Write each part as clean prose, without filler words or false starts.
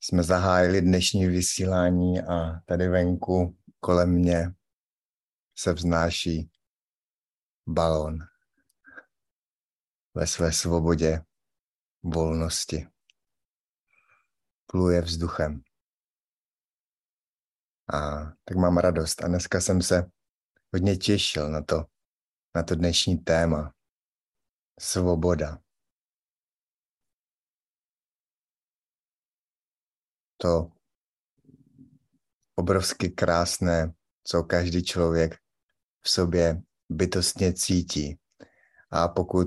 jsme zahájili dnešní vysílání a tady venku kolem mě se vznáší balón ve své svobodě, volnosti. Pluje vzduchem. A tak mám radost. A dneska jsem se hodně těšil na to dnešní téma. Svoboda. To obrovsky krásné, co každý člověk v sobě bytostně cítí. A pokud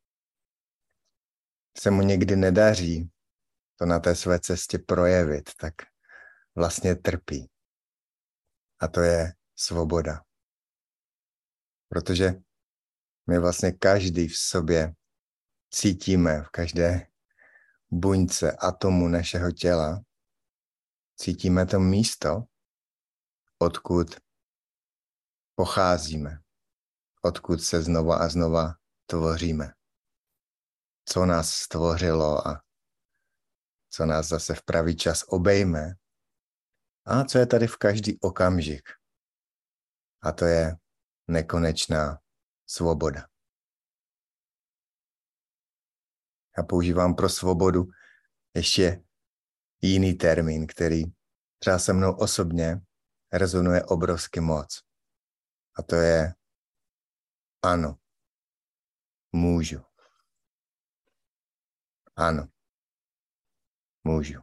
se mu někdy nedaří to na té své cestě projevit, tak vlastně trpí. A to je svoboda. Protože my vlastně každý v sobě cítíme, v každé buňce atomu našeho těla, cítíme to místo, odkud pocházíme, odkud se znova a znova tvoříme. Co nás stvořilo a co nás zase v pravý čas obejme a co je tady v každý okamžik. A to je nekonečná svoboda. Já používám pro svobodu ještě jiný termín, který třeba se mnou osobně rezonuje obrovsky moc. A to je ano, můžu. Ano, můžu.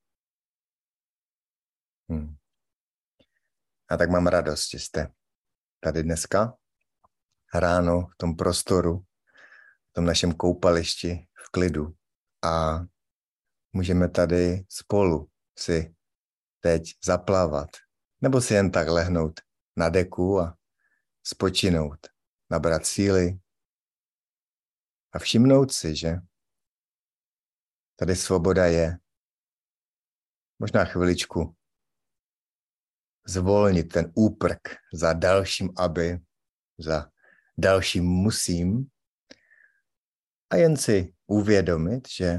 A tak mám radost, že jste tady dneska ráno v tom prostoru, v tom našem koupališti v klidu a můžeme tady spolu si teď zaplavat nebo si jen tak lehnout na deku a spočinout, nabrat síly a všimnout si, že tady svoboda je. Možná chviličku zvolnit ten úprk za dalším aby, za dalším musím a jen si uvědomit, že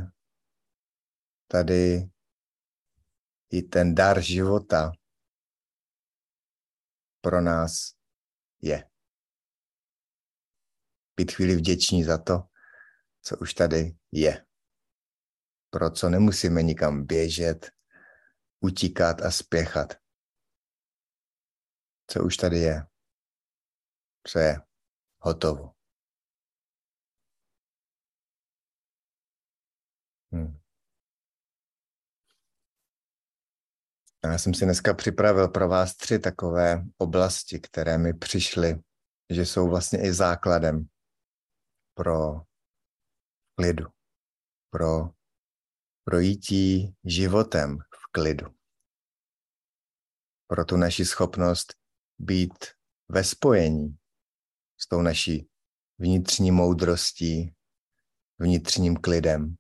tady i ten dar života pro nás je. Být chvíli vděční za to, co už tady je. Pro co nemusíme nikam běžet, utíkat a spěchat. Co už tady je. Co je hotovo. Já jsem si dneska připravil pro vás 3 takové oblasti, které mi přišly, že jsou vlastně i základem pro klidu, pro projítí životem v klidu, pro tu naši schopnost být ve spojení s tou naší vnitřní moudrostí, vnitřním klidem,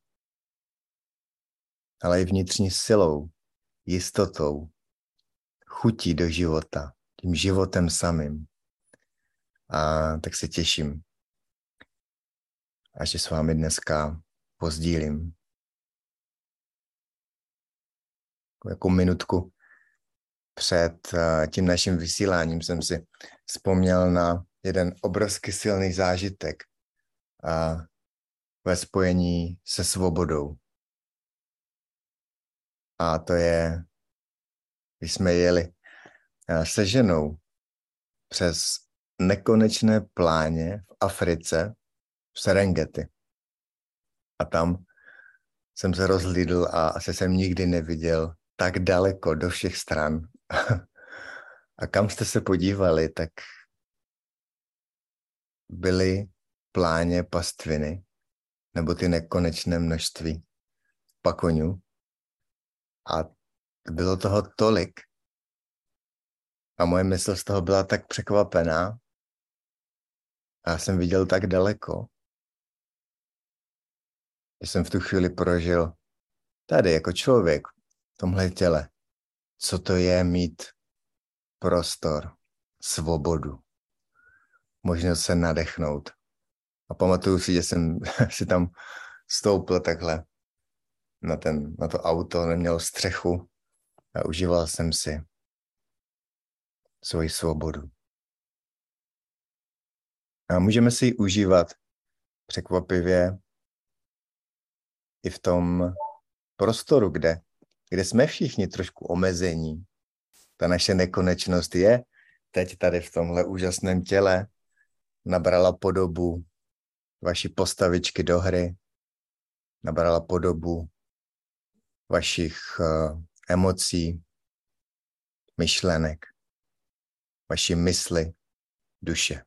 ale i vnitřní silou, jistotou, chutí do života, tím životem samým. A tak se těším, až s vámi dneska pozdílím. Jako minutku před tím naším vysíláním jsem si vzpomněl na jeden obrovský silný zážitek ve spojení se svobodou. A to je, když jsme jeli se ženou přes nekonečné pláně v Africe, v Serengeti. A tam jsem se rozhlídl a asi jsem nikdy neviděl tak daleko do všech stran. A kam jste se podívali, tak byly pláně pastviny, nebo ty nekonečné množství pakoňů. A bylo toho tolik. A moje mysl z toho byla tak překvapená. A já jsem viděl tak daleko, že jsem v tu chvíli prožil tady jako člověk v tomhle těle. Co to je mít prostor, svobodu, možnost se nadechnout. A pamatuju si, že jsem si tam stoupil takhle na to auto, neměl střechu a užíval jsem si svoji svobodu. A můžeme si ji užívat překvapivě i v tom prostoru, kde jsme všichni trošku omezení. Ta naše nekonečnost je teď tady v tomhle úžasném těle nabrala podobu vaší postavičky do hry, nabrala podobu vašich emocí, myšlenek, vaší mysli, duše.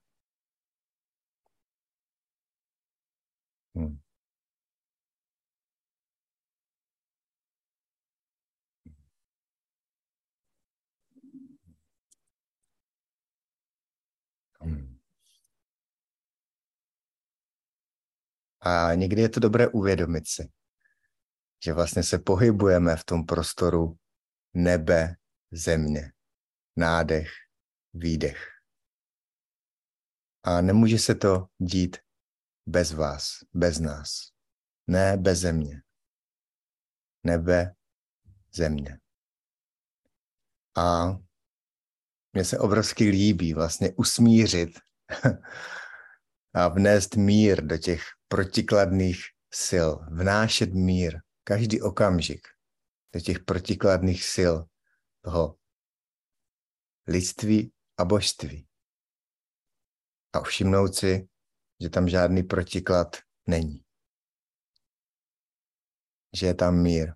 A někdy je to dobré uvědomit si, že vlastně se pohybujeme v tom prostoru nebe, země, nádech, výdech. A nemůže se to dít bez vás, bez nás. Ne bez země. Nebe, země. A mně se obrovsky líbí vlastně usmířit a vnést mír do těch protikladných sil. Vnášet mír každý okamžik do těch protikladných sil toho lidství a božství. A všimnout si, že tam žádný protiklad není. Že je tam mír.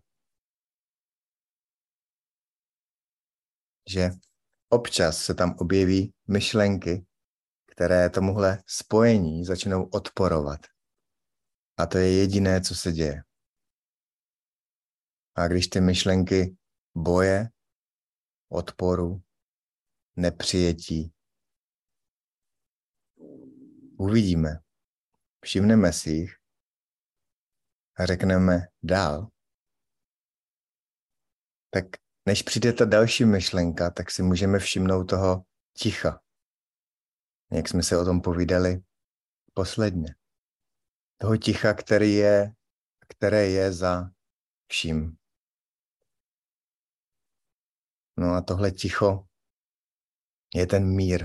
Že občas se tam objeví myšlenky, které tomuhle spojení začnou odporovat. A to je jediné, co se děje. A když ty myšlenky boje, odporu, nepřijetí uvidíme, všimneme si jich a řekneme dál, tak než přijde ta další myšlenka, tak si můžeme všimnout toho ticha. Jak jsme se o tom povídali posledně. Toho ticha, které je za vším. No a tohle ticho je ten mír.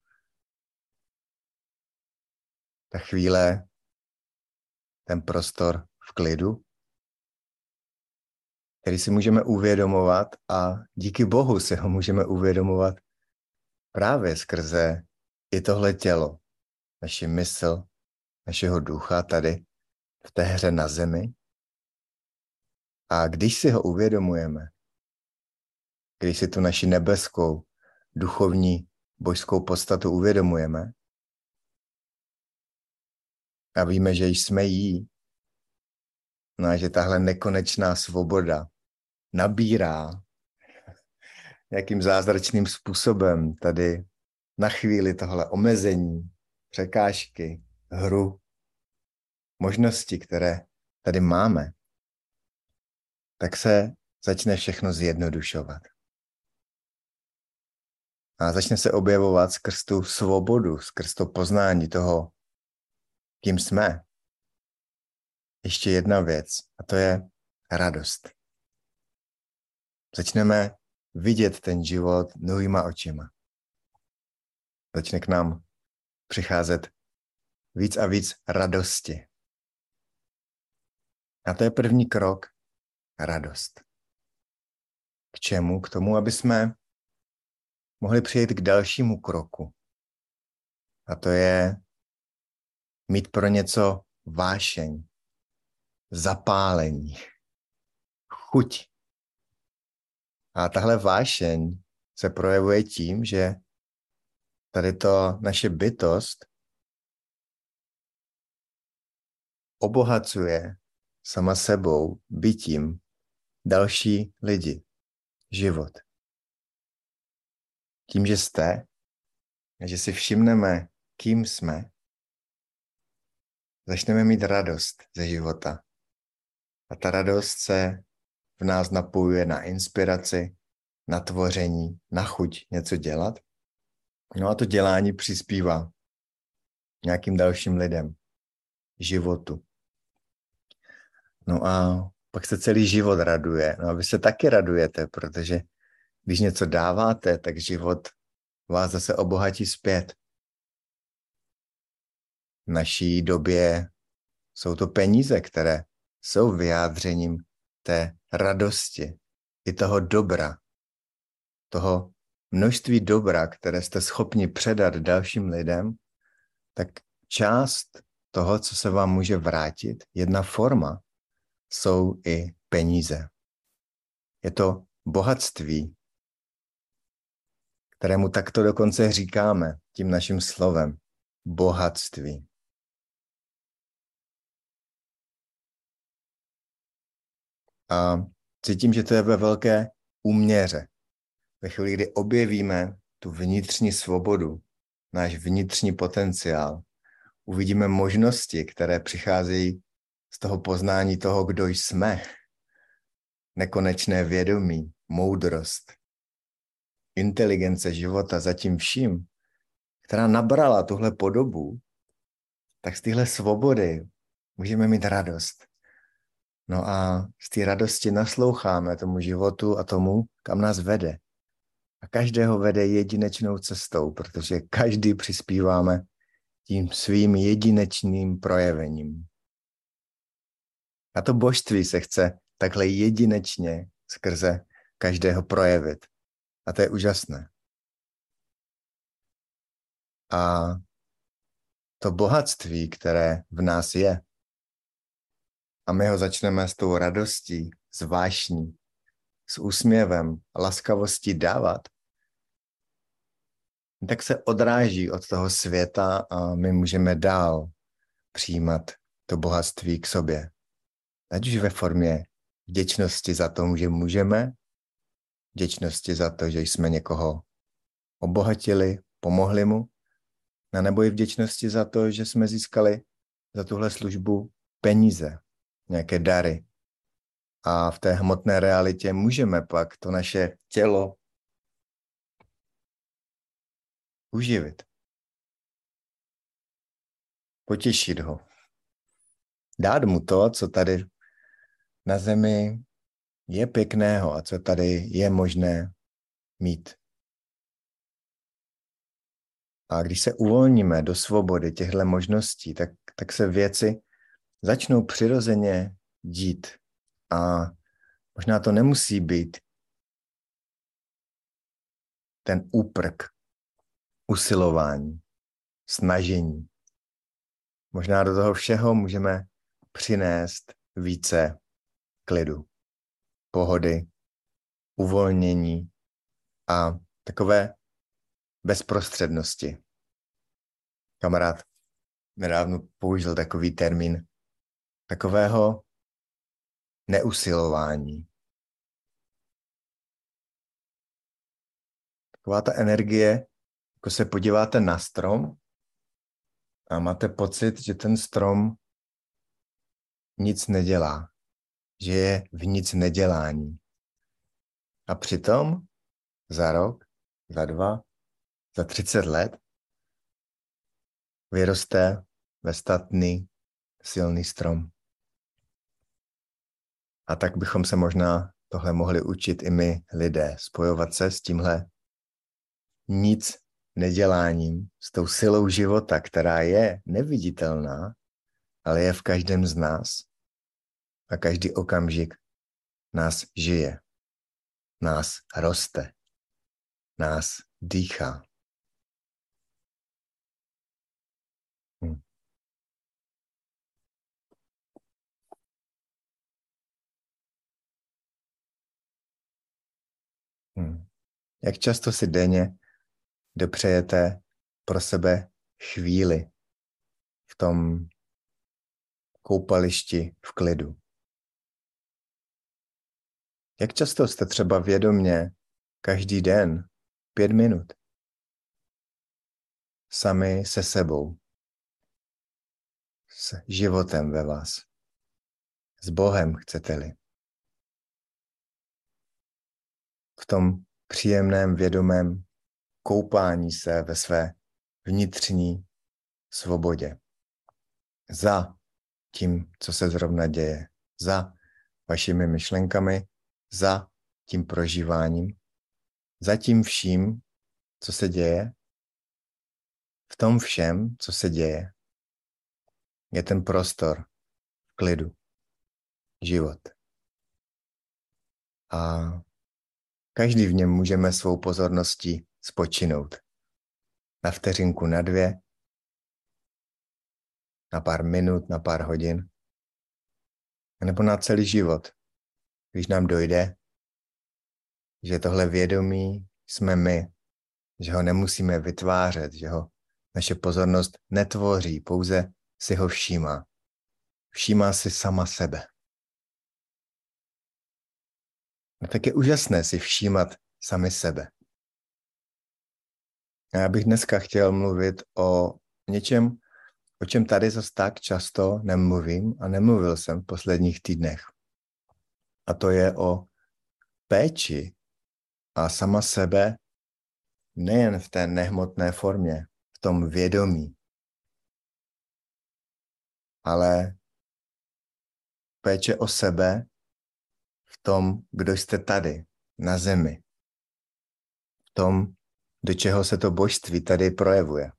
Ta chvíle, ten prostor v klidu, který si můžeme uvědomovat a díky Bohu si ho můžeme uvědomovat právě skrze i tohle tělo, naši mysl, našeho ducha tady v té hře na zemi. A když si ho uvědomujeme, když si tu naši nebeskou, duchovní, božskou podstatu uvědomujeme a víme, že jsme jí, no a že tahle nekonečná svoboda nabírá nějakým zázračným způsobem tady na chvíli tohle omezení, překážky, hru, možnosti, které tady máme, tak se začne všechno zjednodušovat. A začne se objevovat skrz tu svobodu, skrz to poznání toho, kým jsme. Ještě jedna věc, a to je radost. Začneme vidět ten život novýma očima. Začne k nám přicházet víc a víc radosti. A to je první krok, radost. K čemu? K tomu, aby jsme mohli přijít k dalšímu kroku. A to je mít pro něco vášeň, zapálení, chuť. A tahle vášeň se projevuje tím, že tady to naše bytost obohacuje sama sebou bytím další lidi, život. Tím, že jste, že si všimneme, kým jsme, začneme mít radost ze života. A ta radost se v nás napojuje na inspiraci, na tvoření, na chuť něco dělat. No a to dělání přispívá nějakým dalším lidem, životu. No a pak se celý život raduje. No a vy se taky radujete, protože když něco dáváte, tak život vás zase obohatí zpět. V naší době jsou to peníze, které jsou vyjádřením té radosti i toho dobra, toho množství dobra, které jste schopni předat dalším lidem, tak část toho, co se vám může vrátit, jedna forma, jsou i peníze. Je to bohatství, kterému takto dokonce říkáme tím naším slovem. Bohatství. A cítím, že to je ve velké úměře. Ve chvíli, kdy objevíme tu vnitřní svobodu, náš vnitřní potenciál, uvidíme možnosti, které přicházejí z toho poznání toho, kdo jsme. Nekonečné vědomí, moudrost, inteligence života za tím vším, která nabrala tuhle podobu, tak z téhle svobody můžeme mít radost. No a z té radosti nasloucháme tomu životu a tomu, kam nás vede. A každého vede jedinečnou cestou, protože každý přispíváme tím svým jedinečným projevením. A to božství se chce takhle jedinečně skrze každého projevit. A to je úžasné. A to bohatství, které v nás je, a my ho začneme s tou radostí, s vášní, s úsměvem, laskavostí dávat, tak se odráží od toho světa a my můžeme dál přijímat to bohatství k sobě. Ať už ve formě vděčnosti za to, že můžeme, vděčnosti za to, že jsme někoho obohatili, pomohli mu, nebo i vděčnosti za to, že jsme získali za tuhle službu peníze, nějaké dary. A v té hmotné realitě můžeme pak to naše tělo uživit. Potěšit ho. Dát mu to, co tady na zemi je pěkného a co tady je možné mít. A když se uvolníme do svobody těchto možností, tak se věci začnou přirozeně dít. A možná to nemusí být ten úprk, usilování, snažení. Možná do toho všeho můžeme přinést více klidu, pohody, uvolnění a takové bezprostřednosti. Kamarád nedávno použil takový termín takového neusilování. Taková ta energie, jako se podíváte na strom a máte pocit, že ten strom nic nedělá, že je v nic nedělání. A přitom za rok, za 2, za 30 let vyroste ve statný, silný strom. A tak bychom se možná tohle mohli učit i my lidé, spojovat se s tímhle nic neděláním, s tou silou života, která je neviditelná, ale je v každém z nás a každý okamžik nás žije, nás roste, nás dýchá. Jak často si denně dopřejete pro sebe chvíli v tom koupališti v klidu? Jak často jste třeba vědomě každý den 5 minut sami se sebou, s životem ve vás, s Bohem, chcete-li? V tom příjemném, vědomém koupání se ve své vnitřní svobodě. Za tím, co se zrovna děje. Za vašimi myšlenkami, za tím prožíváním, za tím vším, co se děje. V tom všem, co se děje, je ten prostor v klidu, život. A každý v něm můžeme svou pozorností spočinout. Na vteřinku, na 2, na pár minut, na pár hodin, nebo na celý život, když nám dojde, že tohle vědomí jsme my, že ho nemusíme vytvářet, že ho naše pozornost netvoří, pouze si ho všímá. Všímá si sama sebe. No tak je úžasné si všímat sami sebe. A já bych dneska chtěl mluvit o něčem, o čem tady zase tak často nemluvím a nemluvil jsem v posledních týdnech. A to je o péči a sama sebe nejen v té nehmotné formě, v tom vědomí, ale péče o sebe v tom, kdo jste tady, na zemi. V tom, do čeho se to božství tady projevuje.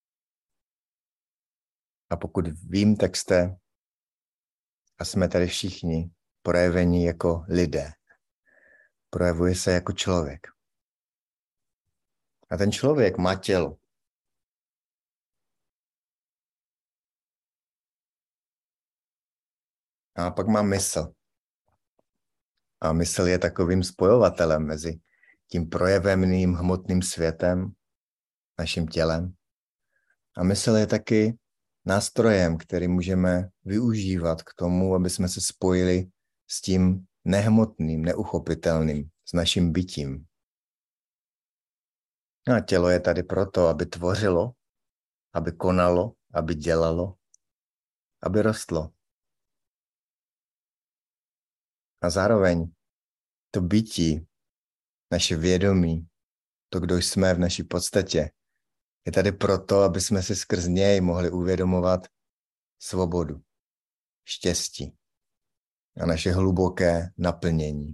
A pokud vím, tak jste a jsme tady všichni projevení jako lidé. Projevuje se jako člověk. A ten člověk má tělo. A pak má mysl. A mysl je takovým spojovatelem mezi tím projeveným hmotným světem, naším tělem. A mysl je taky nástrojem, který můžeme využívat k tomu, aby jsme se spojili s tím nehmotným, neuchopitelným, s naším bytím. A tělo je tady proto, aby tvořilo, aby konalo, aby dělalo, aby rostlo. A zároveň to bytí, naše vědomí, to, kdo jsme v naší podstatě, je tady proto, aby jsme si skrz něj mohli uvědomovat svobodu, štěstí a naše hluboké naplnění.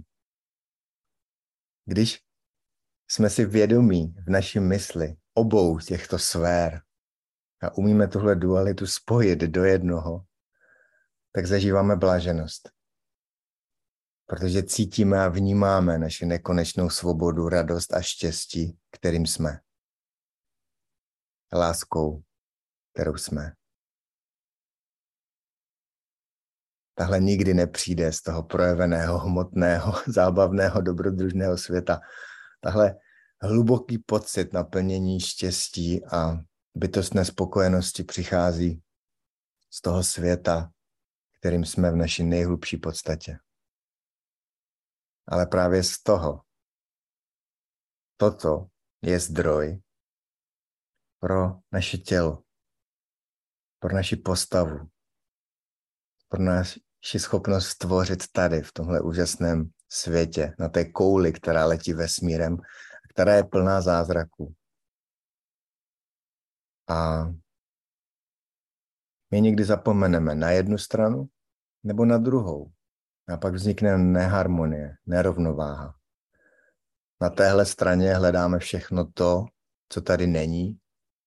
Když jsme si vědomí v naší mysli obou těchto sfér a umíme tuhle dualitu spojit do jednoho, tak zažíváme bláženost. Protože cítíme a vnímáme naši nekonečnou svobodu, radost a štěstí, kterým jsme. Láskou, kterou jsme. Tahle nikdy nepřijde z toho projeveného, hmotného, zábavného, dobrodružného světa. Tahle hluboký pocit naplnění štěstí a bytostné spokojenosti přichází z toho světa, kterým jsme v naší nejhlubší podstatě. Ale právě z toho, toto je zdroj pro naše tělo, pro naši postavu, pro naši schopnost stvořit tady, v tomhle úžasném světě, na té kouli, která letí vesmírem, která je plná zázraků. A my někdy zapomeneme na jednu stranu nebo na druhou. A pak vznikne neharmonie, nerovnováha. Na téhle straně hledáme všechno to, co tady není.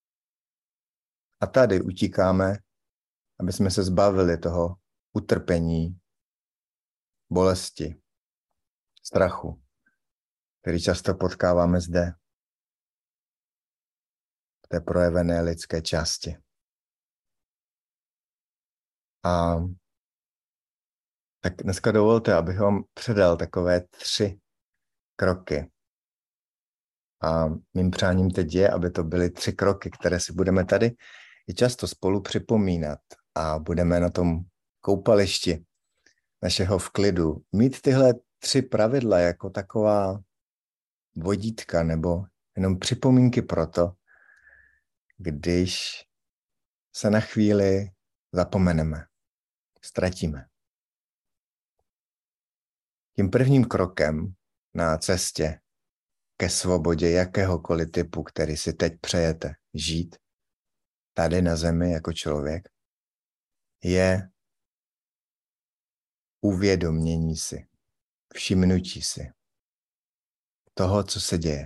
A tady utíkáme, aby jsme se zbavili toho utrpení, bolesti, strachu, který často potkáváme zde, v té projevené lidské části. A tak dneska dovolte, abych vám předal takové 3 kroky. A mým přáním teď je, aby to byly 3 kroky, které si budeme tady i často spolu připomínat a budeme na tom koupališti našeho vklidu mít tyhle 3 pravidla jako taková vodítka nebo jenom připomínky pro to, když se na chvíli zapomeneme, ztratíme. Tím prvním krokem na cestě ke svobodě jakéhokoliv typu, který si teď přejete žít tady na zemi jako člověk, je uvědomění si, všimnutí si toho, co se děje.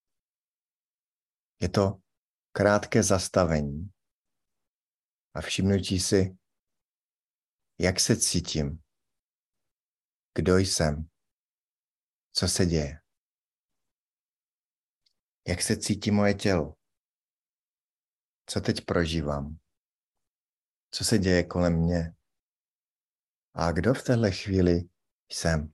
Je to krátké zastavení a všimnutí si, jak se cítím, kdo jsem, co se děje, jak se cítí moje tělo, co teď prožívám, co se děje kolem mě a kdo v téhle chvíli jsem.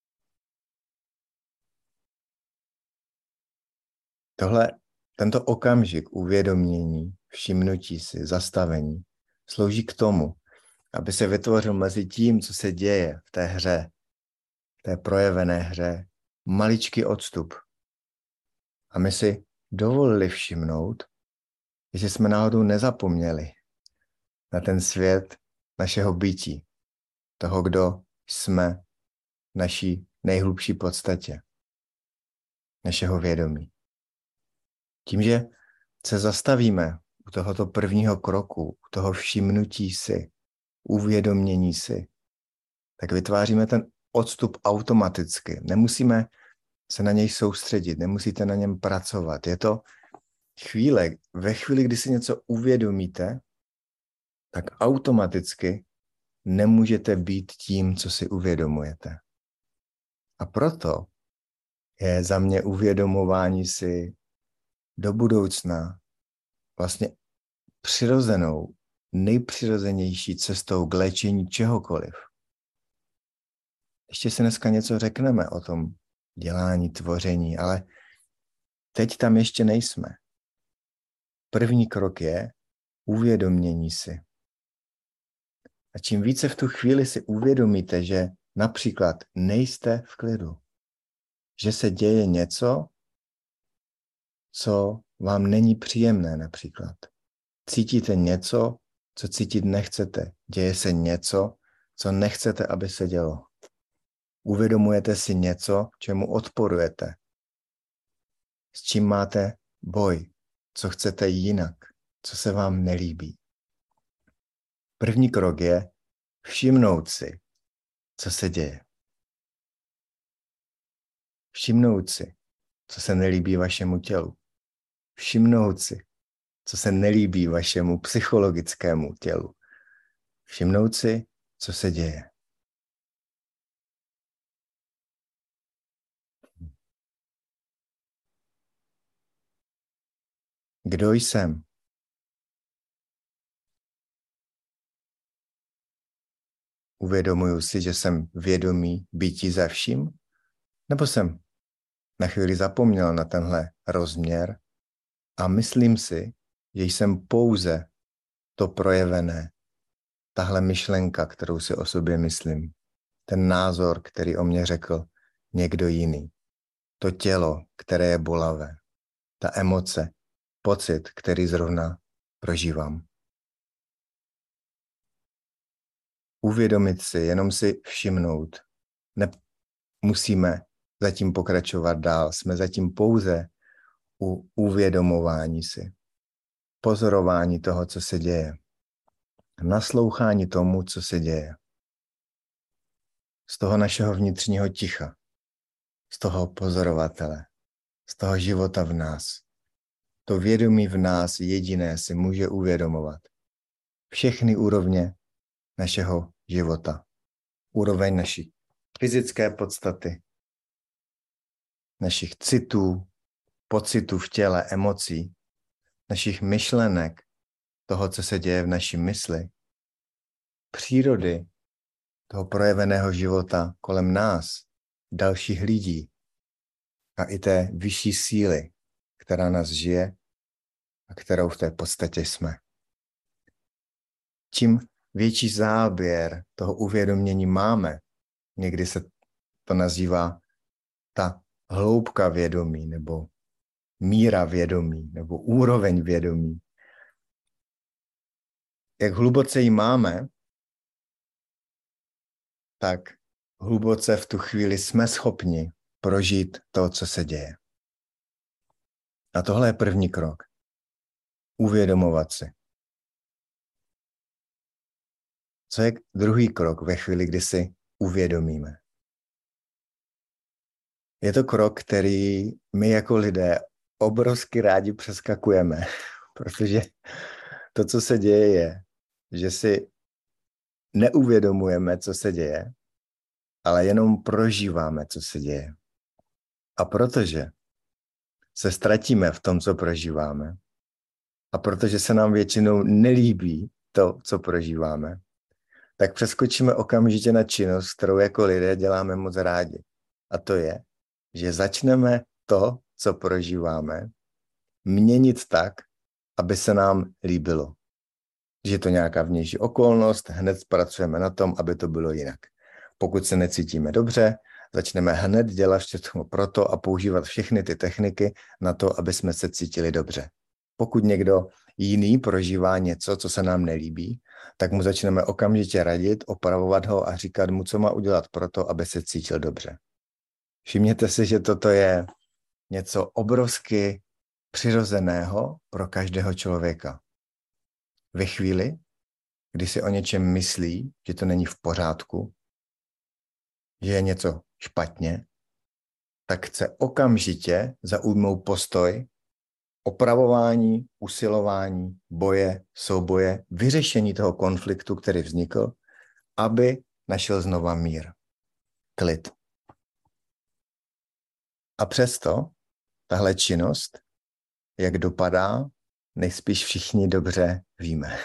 Tento okamžik uvědomění, všimnutí si, zastavení, slouží k tomu, aby se vytvořil mezi tím, co se děje v té hře, v té projevené hře, maličký odstup. A my si dovolili všimnout, že jsme náhodou nezapomněli na ten svět našeho bytí, toho, kdo jsme v naší nejhlubší podstatě, našeho vědomí. Tím, že se zastavíme u tohoto prvního kroku, u toho všimnutí si, uvědomění si, tak vytváříme ten odstup automaticky. Nemusíme se na něj soustředit, nemusíte na něm pracovat. Je to chvíle, ve chvíli, kdy si něco uvědomíte, tak automaticky nemůžete být tím, co si uvědomujete. A proto je za mě uvědomování si do budoucna vlastně přirozenou, nejpřirozenější cestou k léčení čehokoliv. Ještě si dneska něco řekneme o tom dělání, tvoření, ale teď tam ještě nejsme. První krok je uvědomění si. A čím více v tu chvíli si uvědomíte, že například nejste v klidu, že se děje něco, co vám není příjemné například. Cítíte něco, co cítit nechcete. Děje se něco, co nechcete, aby se dělo. Uvědomujete si něco, čemu odporujete. S čím máte boj, co chcete jinak, co se vám nelíbí. První krok je všimnout si, co se děje. Všimnout si, co se nelíbí vašemu tělu. Všimnout si, co se nelíbí vašemu psychologickému tělu. Všimnout si, co se děje. Kdo jsem? Uvědomuju si, že jsem vědomý bytí ze vším? Nebo jsem na chvíli zapomněl na tenhle rozměr a myslím si, že jsem pouze to projevené, tahle myšlenka, kterou si o sobě myslím, ten názor, který o mě řekl někdo jiný, to tělo, které je bolavé, ta emoce, pocit, který zrovna prožívám. Uvědomit si, jenom si všimnout. Nemusíme zatím pokračovat dál. Jsme zatím pouze u uvědomování si. Pozorování toho, co se děje. Naslouchání tomu, co se děje. Z toho našeho vnitřního ticha. Z toho pozorovatele. Z toho života v nás. To vědomí v nás jediné si může uvědomovat. Všechny úrovně našeho života. Úroveň naší fyzické podstaty, našich citů, pocitů v těle, emocí, našich myšlenek, toho, co se děje v naší mysli, přírody, toho projeveného života kolem nás, dalších lidí a i té vyšší síly, která nás žije a kterou v té podstatě jsme. Čím větší záběr toho uvědomění máme, někdy se to nazývá ta hloubka vědomí, nebo míra vědomí, nebo úroveň vědomí. Jak hluboce ji máme, tak hluboce v tu chvíli jsme schopni prožít to, co se děje. A tohle je první krok. Uvědomovat si. Co je druhý krok ve chvíli, kdy si uvědomíme. Je to krok, který my jako lidé obrovsky rádi přeskakujeme, protože to, co se děje, je, že si neuvědomujeme, co se děje, ale jenom prožíváme, co se děje. A protože se ztratíme v tom, co prožíváme, a protože se nám většinou nelíbí to, co prožíváme, tak přeskočíme okamžitě na činnost, kterou jako lidé děláme moc rádi. A to je, že začneme to, co prožíváme, měnit tak, aby se nám líbilo. Že je to nějaká vnější okolnost, hned pracujeme na tom, aby to bylo jinak. Pokud se necítíme dobře, začneme hned dělat všechno proto a používat všechny ty techniky na to, aby jsme se cítili dobře. Pokud někdo jiný prožívá něco, co se nám nelíbí, tak mu začneme okamžitě radit, opravovat ho a říkat mu, co má udělat proto, aby se cítil dobře. Všimněte si, že toto je něco obrovsky přirozeného pro každého člověka. Ve chvíli, kdy si o něčem myslí, že to není v pořádku, že je něco špatně, tak chce okamžitě zaujmout postoj opravování, usilování, boje, souboje, vyřešení toho konfliktu, který vznikl, aby našel znova mír, klid. A přesto tahle činnost, jak dopadá, nejspíš všichni dobře víme.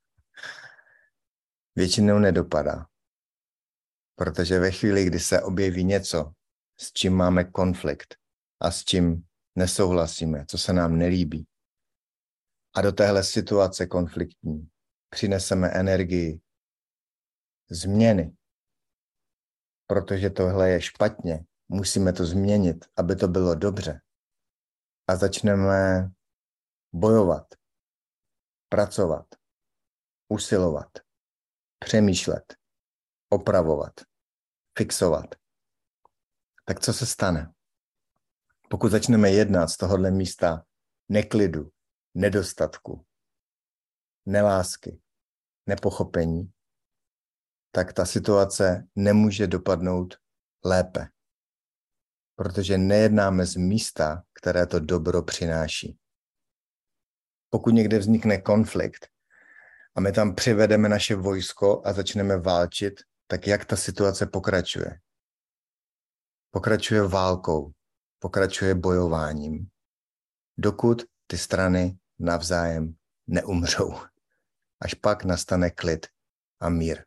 Většinou nedopadá. Protože ve chvíli, kdy se objeví něco, s čím máme konflikt a s čím nesouhlasíme, co se nám nelíbí, a do téhle situace konfliktní přineseme energii změny, protože tohle je špatně, musíme to změnit, aby to bylo dobře. A začneme bojovat, pracovat, usilovat, přemýšlet, opravovat, fixovat. Tak co se stane? Pokud začneme jednat z tohohle místa neklidu, nedostatku, nelásky, nepochopení, tak ta situace nemůže dopadnout lépe. Protože nejednáme z místa, které to dobro přináší. Pokud někde vznikne konflikt a my tam přivedeme naše vojsko a začneme válčit, tak jak ta situace pokračuje? Pokračuje válkou, pokračuje bojováním, dokud ty strany navzájem neumřou. Až pak nastane klid a mír.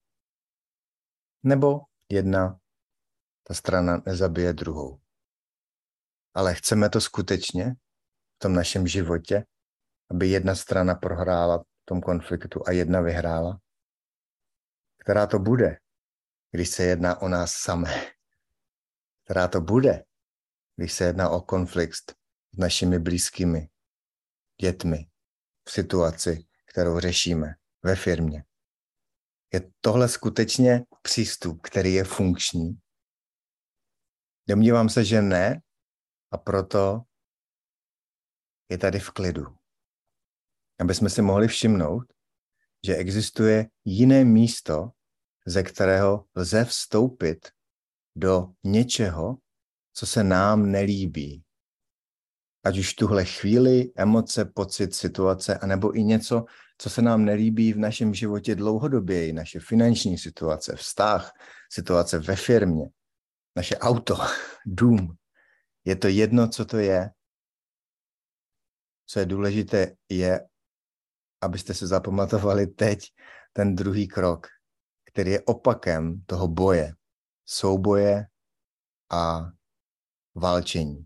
Nebo ta strana nezabije druhou. Ale chceme to skutečně v tom našem životě, aby jedna strana prohrála v tom konfliktu a jedna vyhrála? Která to bude, když se jedná o nás samé? Která to bude, když se jedná o konflikt s našimi blízkými, dětmi, v situaci, kterou řešíme ve firmě? Je tohle skutečně přístup, který je funkční? Domnívám se, že ne, a proto je tady v klidu. Aby jsme si mohli všimnout, že existuje jiné místo, ze kterého lze vstoupit do něčeho, co se nám nelíbí. Ať už v tuhle chvíli, emoce, pocit, situace, anebo i něco, co se nám nelíbí v našem životě dlouhodobě, naše finanční situace, vztah, situace ve firmě, naše auto, dům. Je to jedno, co to je. Co je důležité, je, abyste se zapamatovali teď ten druhý krok, který je opakem toho boje, souboje a válčení.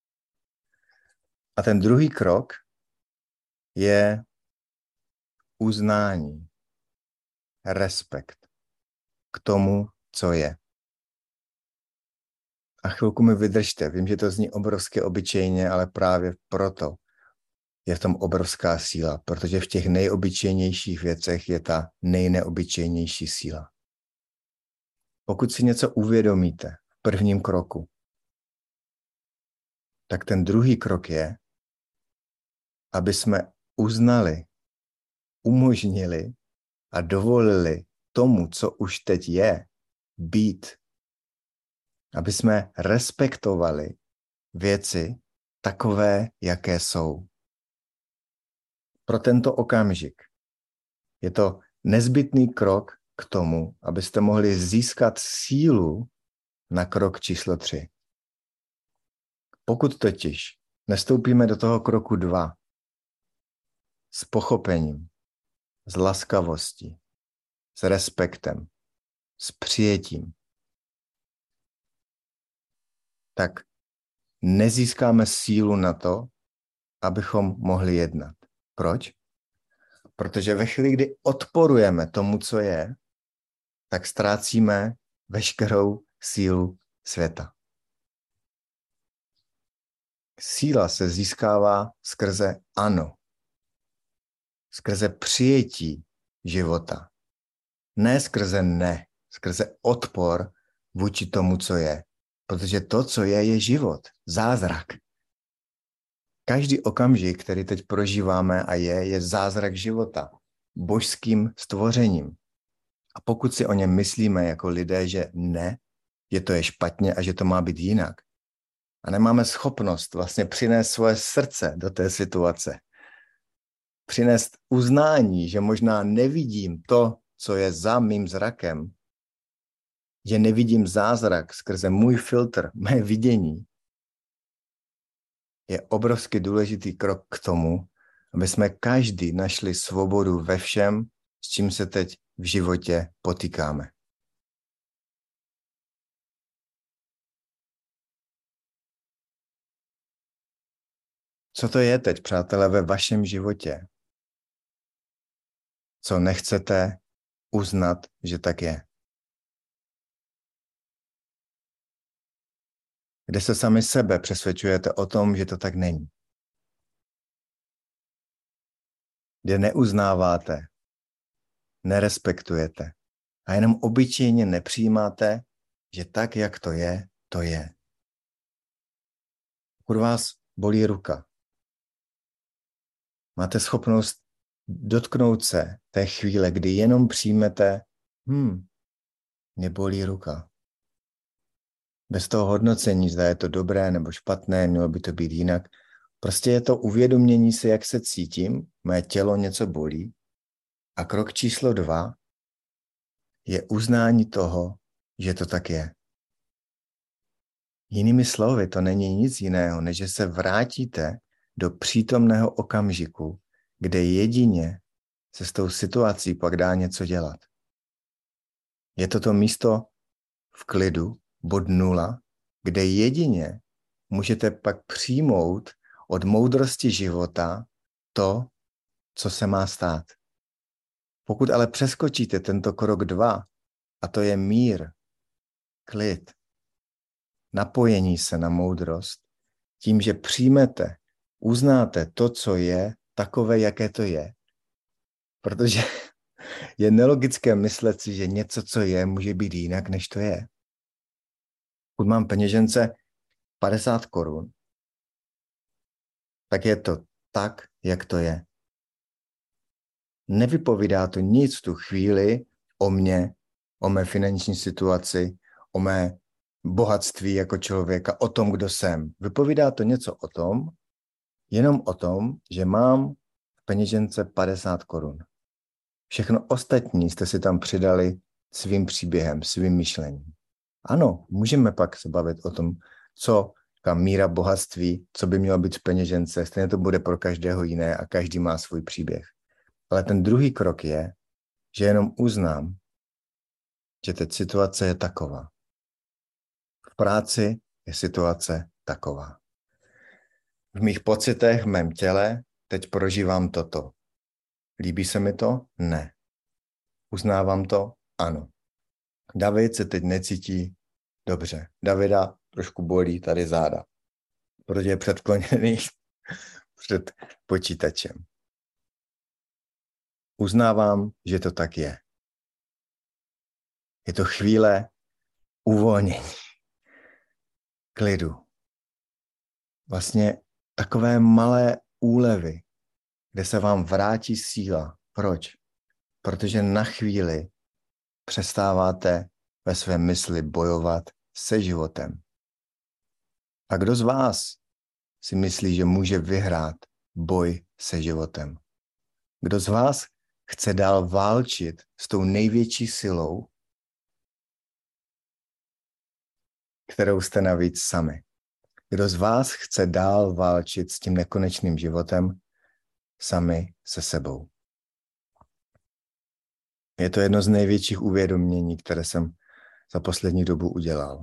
A ten druhý krok je uznání, respekt k tomu, co je. A chvilku mi vydržte, vím, že to zní obrovsky obyčejně, ale právě proto je v tom obrovská síla, protože v těch nejobyčejnějších věcech je ta nejneobyčejnější síla. Pokud si něco uvědomíte v prvním kroku, tak ten druhý krok je, aby jsme uznali, umožnili a dovolili tomu, co už teď je, být. Aby jsme respektovali věci takové, jaké jsou. Pro tento okamžik je to nezbytný krok k tomu, abyste mohli získat sílu na krok číslo 3. Pokud totiž nestoupíme do toho kroku 2 s pochopením, s laskavostí, s respektem, s přijetím, tak nezískáme sílu na to, abychom mohli jednat. Proč? Protože ve chvíli, kdy odporujeme tomu, co je, tak ztrácíme veškerou sílu světa. Síla se získává skrze ano. Skrze přijetí života. Ne skrze ne. Skrze odpor vůči tomu, co je. Protože to, co je život. Zázrak. Každý okamžik, který teď prožíváme a je zázrak života. Božským stvořením. A pokud si o něm myslíme jako lidé, že ne, že to je špatně a že to má být jinak, a nemáme schopnost vlastně přinést svoje srdce do té situace, přinést uznání, že možná nevidím to, co je za mým zrakem, že nevidím zázrak skrze můj filtr, mé vidění, je obrovsky důležitý krok k tomu, aby jsme každý našli svobodu ve všem, s čím se teď v životě potýkáme. Co to je teď, přátelé, ve vašem životě? Co nechcete uznat, že tak je? Kde se sami sebe přesvědčujete o tom, že to tak není? Kde neuznáváte, nerespektujete a jenom obyčejně nepřijímáte, že tak, jak to je, to je. Pokud vás bolí ruka, máte schopnost dotknout se té chvíle, kdy jenom přijmete, mě bolí ruka. Bez toho hodnocení, zda je to dobré nebo špatné, mělo by to být jinak. Prostě je to uvědomění si, jak se cítím, mé tělo něco bolí. A krok číslo 2 je uznání toho, že to tak je. Jinými slovy, to není nic jiného, než že se vrátíte do přítomného okamžiku, kde jedině se s tou situací pak dá něco dělat. Je to místo v klidu, bod 0, kde jedině můžete pak přijmout od moudrosti života to, co se má stát. Pokud ale přeskočíte tento krok 2, a to je mír, klid, napojení se na moudrost, tím, že přijmete, uznáte to, co je, takové, jaké to je. Protože je nelogické myslet si, že něco, co je, může být jinak, než to je. Pokud mám peněžence 50 korun, tak je to tak, jak to je. Nevypovídá to nic v tu chvíli o mně, o mé finanční situaci, o mé bohatství jako člověka, o tom, kdo jsem. Vypovídá to něco o tom, jenom o tom, že mám v peněžence 50 korun. Všechno ostatní jste si tam přidali svým příběhem, svým myšlením. Ano, můžeme pak se bavit o tom, co míra bohatství, co by mělo být v peněžence, stejně to bude pro každého jiné a každý má svůj příběh. Ale ten druhý krok je, že jenom uznám, že teď situace je taková. V práci je situace taková. V mých pocitech, v mém těle teď prožívám toto. Líbí se mi to? Ne. Uznávám to? Ano. David se teď necítí dobře. Davida trošku bolí tady záda, protože je předkloněný před počítačem. Uznávám, že to tak je. Je to chvíle uvolnění, klidu. Vlastně takové malé úlevy, kde se vám vrátí síla. Proč? Protože na chvíli přestáváte ve své mysli bojovat se životem. A kdo z vás si myslí, že může vyhrát boj se životem? Kdo z vás chce dál válčit s tou největší silou, kterou jste navíc sami? Kdo z vás chce dál válčit s tím nekonečným životem sami se sebou? Je to jedno z největších uvědomění, které jsem za poslední dobu udělal.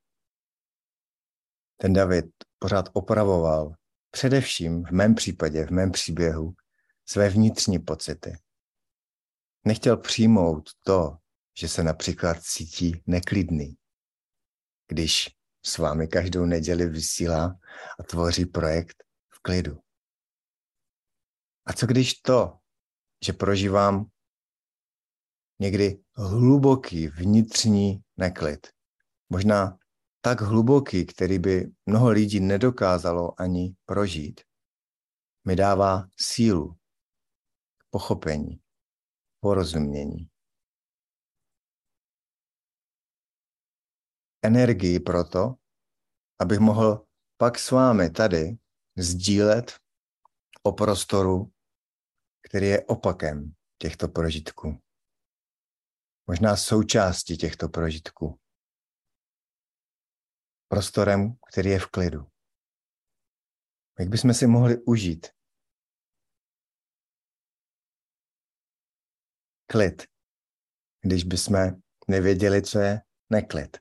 Ten David pořád opravoval, především v mém případě, v mém příběhu, své vnitřní pocity. Nechtěl přijmout to, že se například cítí neklidný, když s vámi každou neděli vysílá a tvoří projekt v klidu. A co když to, že prožívám někdy hluboký vnitřní neklid, možná tak hluboký, který by mnoho lidí nedokázalo ani prožít, mi dává sílu, pochopení, porozumění. Energii proto, abych mohl pak s vámi tady sdílet o prostoru, který je opakem těchto prožitků. Možná součástí těchto prožitků. Prostorem, který je v klidu. Jak bychom si mohli užít klid, když bychom nevěděli, co je neklid.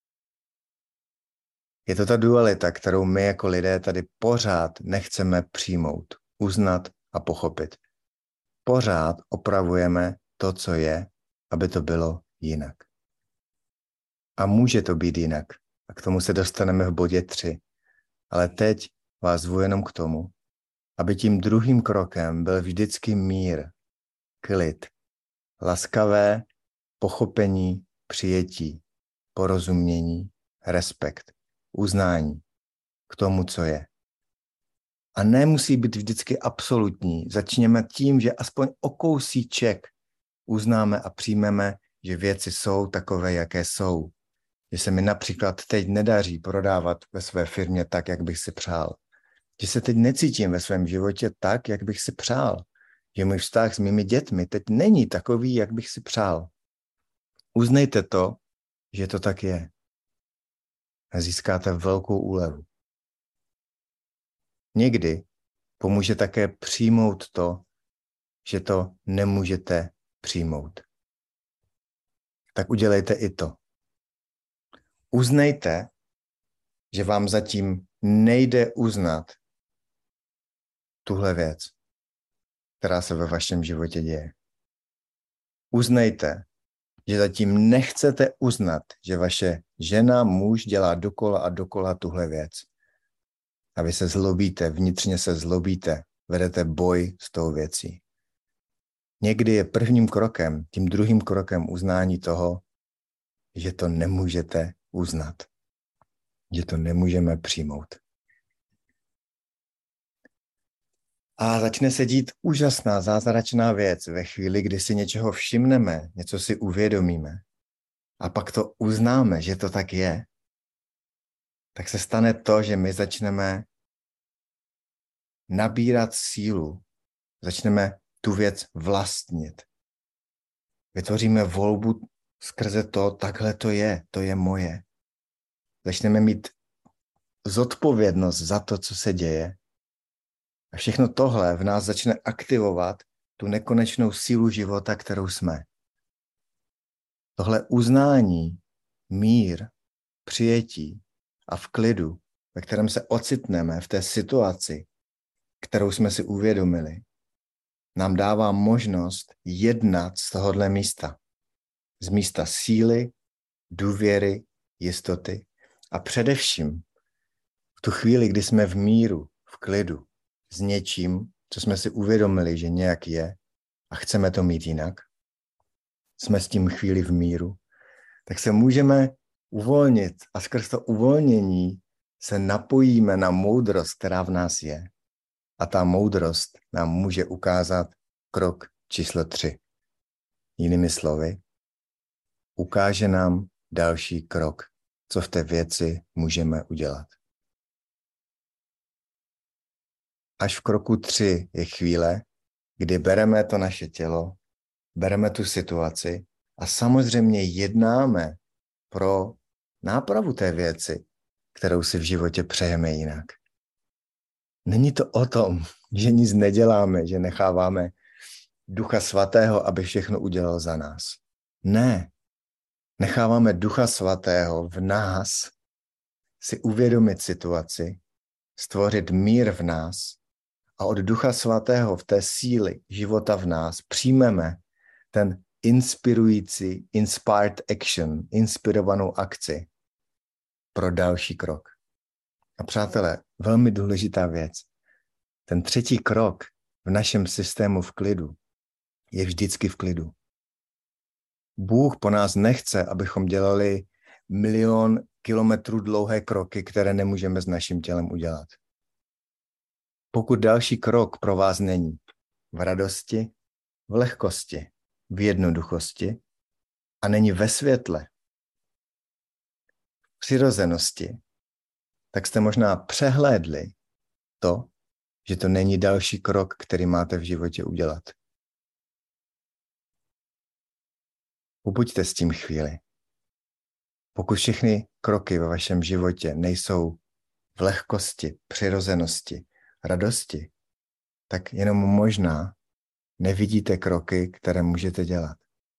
Je to ta dualita, kterou my jako lidé tady pořád nechceme přijmout, uznat a pochopit. Pořád opravujeme to, co je, aby to bylo jinak. A může to být jinak. A k tomu se dostaneme v bodě 3. Ale teď vás zvu jenom k tomu, aby tím druhým krokem byl vždycky mír, klid, laskavé pochopení, přijetí, porozumění, respekt, uznání k tomu, co je. A nemusí být vždycky absolutní. Začněme tím, že aspoň o kousíček uznáme a přijmeme, že věci jsou takové, jaké jsou. Že se mi například teď nedaří prodávat ve své firmě tak, jak bych si přál. Že se teď necítím ve svém životě tak, jak bych si přál. Že můj vztah s mými dětmi teď není takový, jak bych si přál. Uznejte to, že to tak je. A získáte velkou úlevu. Někdy pomůže také přijmout to, že to nemůžete přijmout. Tak udělejte i to. Uznejte, že vám zatím nejde uznat tuhle věc, která se ve vašem životě děje. Uznejte, že zatím nechcete uznat, že vaše žena, muž dělá dokola a dokola tuhle věc. A vy se zlobíte, vnitřně se zlobíte, vedete boj s tou věcí. Někdy je prvním krokem, tím druhým krokem uznání toho, že to nemůžete uznat. Že to nemůžeme přijmout. A začne se dít úžasná, zázračná věc ve chvíli, kdy si něčeho všimneme, něco si uvědomíme a pak to uznáme, že to tak je, tak se stane to, že my začneme nabírat sílu, začneme tu věc vlastnit. Vytvoříme volbu skrze to, takhle to je moje. Začneme mít zodpovědnost za to, co se děje. A všechno tohle v nás začne aktivovat tu nekonečnou sílu života, kterou jsme. Tohle uznání, mír, přijetí a v klidu, ve kterém se ocitneme v té situaci, kterou jsme si uvědomili, nám dává možnost jednat z tohohle místa. Z místa síly, důvěry, jistoty a především v tu chvíli, kdy jsme v míru, v klidu, s něčím, co jsme si uvědomili, že nějak je a chceme to mít jinak, jsme s tím chvíli v míru, tak se můžeme uvolnit a skrz to uvolnění se napojíme na moudrost, která v nás je. A ta moudrost nám může ukázat krok číslo 3. Jinými slovy, ukáže nám další krok, co v té věci můžeme udělat. Až v kroku 3 je chvíle, kdy bereme to naše tělo, bereme tu situaci a samozřejmě jednáme pro nápravu té věci, kterou si v životě přejeme jinak. Není to o tom, že nic neděláme, že necháváme Ducha Svatého, aby všechno udělal za nás. Ne. Necháváme Ducha Svatého v nás si uvědomit situaci, stvořit mír v nás a od Ducha Svatého v té síly života v nás přijmeme ten inspirující, inspired action, inspirovanou akci pro další krok. A přátelé, velmi důležitá věc. Ten třetí krok v našem systému v klidu je vždycky v klidu. Bůh po nás nechce, abychom dělali 1 000 000 kilometrů dlouhé kroky, které nemůžeme s naším tělem udělat. Pokud další krok pro vás není v radosti, v lehkosti, v jednoduchosti a není ve světle, v přirozenosti, tak jste možná přehlédli to, že to není další krok, který máte v životě udělat. Ubuďte s tím chvíli. Pokud všechny kroky ve vašem životě nejsou v lehkosti, přirozenosti, radosti, tak jenom možná nevidíte kroky, které můžete dělat.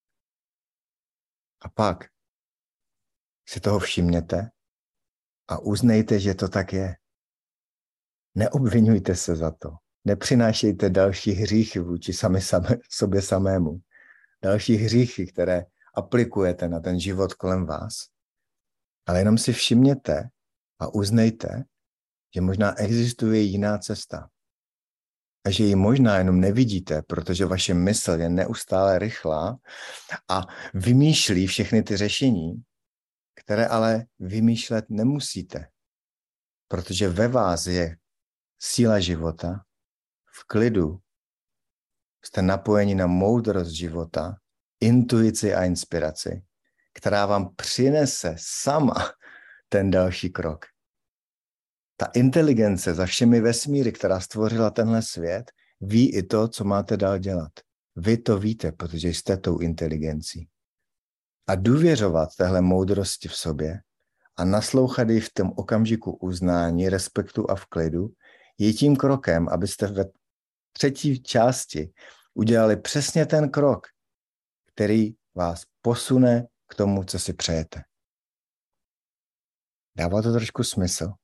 A pak si toho všimněte a uznejte, že to tak je. Neobvinujte se za to. Nepřinášejte další hříchy vůči sobě samému. Další hříchy, které aplikujete na ten život kolem vás. Ale jenom si všimněte a uznejte, že možná existuje jiná cesta. A že ji možná jenom nevidíte, protože vaše mysl je neustále rychlá a vymýšlí všechny ty řešení, které ale vymýšlet nemusíte. Protože ve vás je síla života, v klidu jste napojeni na moudrost života, intuici a inspiraci, která vám přinese sama ten další krok. Ta inteligence za všemi vesmíry, která stvořila tenhle svět, ví i to, co máte dál dělat. Vy to víte, protože jste tou inteligencí. A důvěřovat téhle moudrosti v sobě a naslouchat ji v tom okamžiku uznání, respektu a v klidu je tím krokem, abyste ve třetí části udělali přesně ten krok, který vás posune k tomu, co si přejete. Dává to trošku smysl?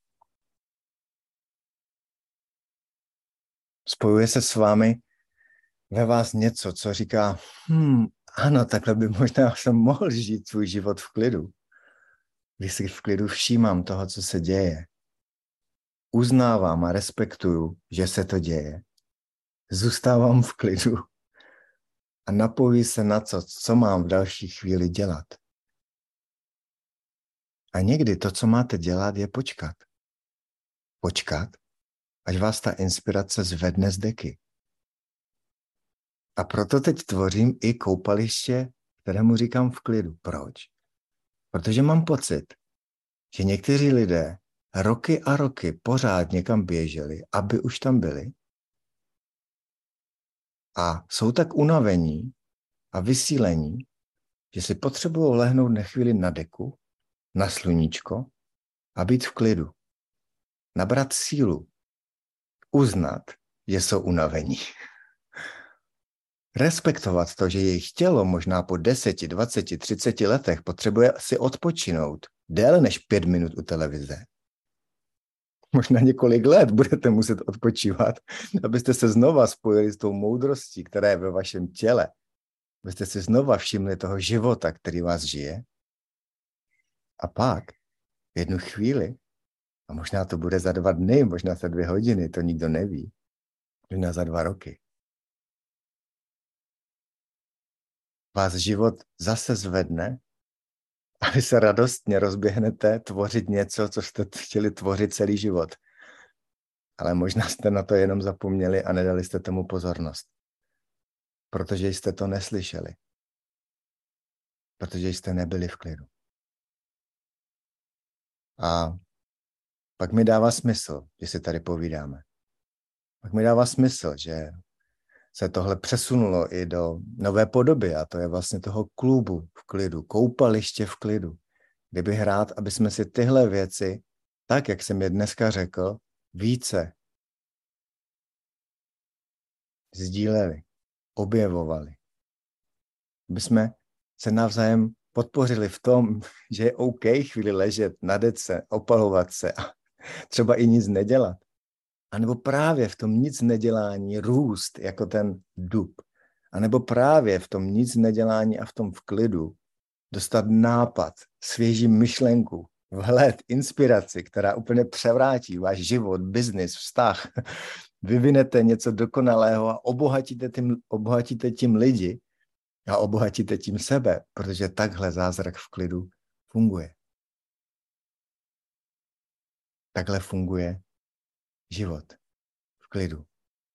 Spojuje se s vámi ve vás něco, co říká, ano, takhle by možná jsem mohl žít svůj život v klidu. Když si v klidu všímám toho, co se děje, uznávám a respektuju, že se to děje, zůstávám v klidu a napojí se na to, co mám v další chvíli dělat. A někdy to, co máte dělat, je počkat. Počkat, až vás ta inspirace zvedne z deky. A proto teď tvořím i koupaliště, kterému říkám v klidu. Proč? Protože mám pocit, že někteří lidé roky a roky pořád někam běželi, aby už tam byli. A jsou tak unavení a vysílení, že si potřebují lehnout na chvíli na deku, na sluníčko a být v klidu. Nabrat sílu. Uznat, že jsou unavení. Respektovat to, že jejich tělo možná po 10, 20, 30 letech potřebuje si odpočinout déle než 5 minut u televize. Možná několik let budete muset odpočívat, abyste se znova spojili s tou moudrostí, která je ve vašem těle. Abyste si znova všimli toho života, který vás žije. A pak v jednu chvíli, a možná to bude za 2 dny, možná za 2 hodiny, to nikdo neví, možná za 2 roky, vás život zase zvedne a vy se radostně rozběhnete tvořit něco, co jste chtěli tvořit celý život. Ale možná jste na to jenom zapomněli a nedali jste tomu pozornost. Protože jste to neslyšeli. Protože jste nebyli v klidu. A pak mi dává smysl, že si tady povídáme. Pak mi dává smysl, že se tohle přesunulo i do nové podoby a to je vlastně toho klubu v klidu, koupaliště v klidu. Kdybych rád, aby jsme si tyhle věci, tak jak jsem je dneska řekl, více sdíleli, objevovali. Aby jsme se navzájem podpořili v tom, že je OK chvíli ležet na dece, opalovat se a třeba i nic nedělat. A nebo právě v tom nic nedělání růst jako ten dub. A nebo právě v tom nic nedělání a v tom v klidu dostat nápad, svěží myšlenku, vhled, inspiraci, která úplně převrátí váš život, biznis, vztah. Vyvinete něco dokonalého a obohatíte tím lidi a obohatíte tím sebe, protože takhle zázrak v klidu funguje. Takhle funguje život v klidu.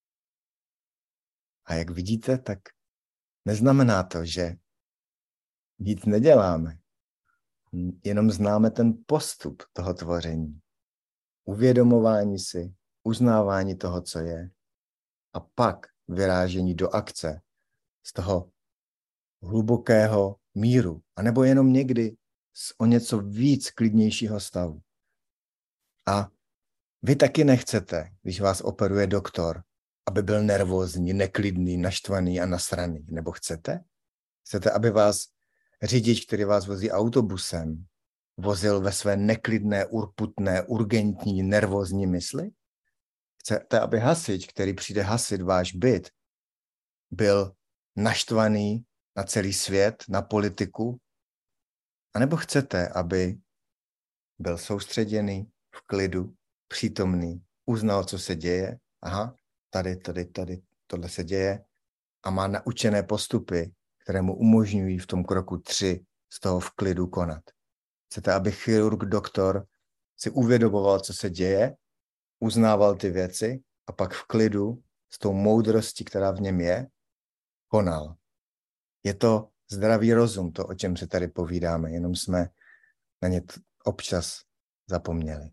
A jak vidíte, tak neznamená to, že nic neděláme. Jenom známe ten postup toho tvoření. Uvědomování si, uznávání toho, co je, a pak vyrážení do akce z toho hlubokého míru, anebo jenom někdy z o něco víc klidnějšího stavu. A vy taky nechcete, když vás operuje doktor, aby byl nervózní, neklidný, naštvaný a nasraný. Nebo chcete? Chcete, aby vás řidič, který vás vozí autobusem, vozil ve své neklidné, urputné, urgentní, nervózní mysli? Chcete, aby hasič, který přijde hasit váš byt, byl naštvaný na celý svět, na politiku? A nebo chcete, aby byl soustředěný, v klidu, přítomný, uznal, co se děje? Aha, tady, tohle se děje a má naučené postupy, které mu umožňují v tom kroku 3 z toho v klidu konat. Chcete, aby chirurg, doktor si uvědomoval, co se děje, uznával ty věci a pak v klidu s tou moudrostí, která v něm je, konal. Je to zdravý rozum, to, o čem se tady povídáme, jenom jsme na ně občas zapomněli.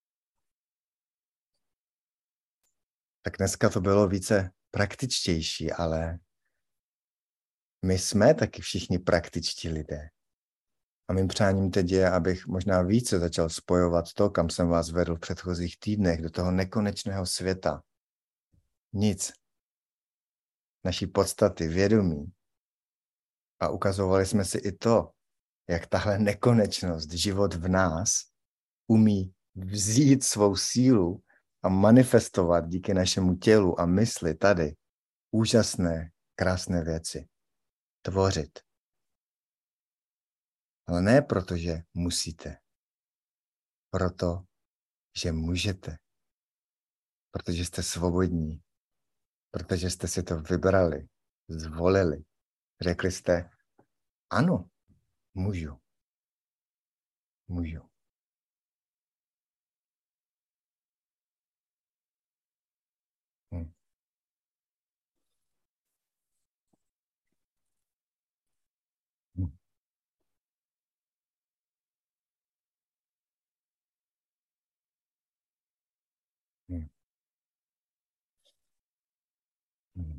Tak dneska to bylo více praktičtější, ale my jsme taky všichni praktičtí lidé. A mým přáním teď je, abych možná více začal spojovat to, kam jsem vás vedl v předchozích týdnech, do toho nekonečného světa. Nic. Naší podstaty, vědomí. A ukazovali jsme si i to, jak tahle nekonečnost, život v nás, umí vzít svou sílu a manifestovat díky našemu tělu a mysli tady úžasné, krásné věci. Tvořit. Ale ne proto, že musíte. Proto, že můžete. Protože jste svobodní. Protože jste si to vybrali, zvolili. Řekli jste, ano, můžu. Můžu. Hm. Hm. Hm. Hm.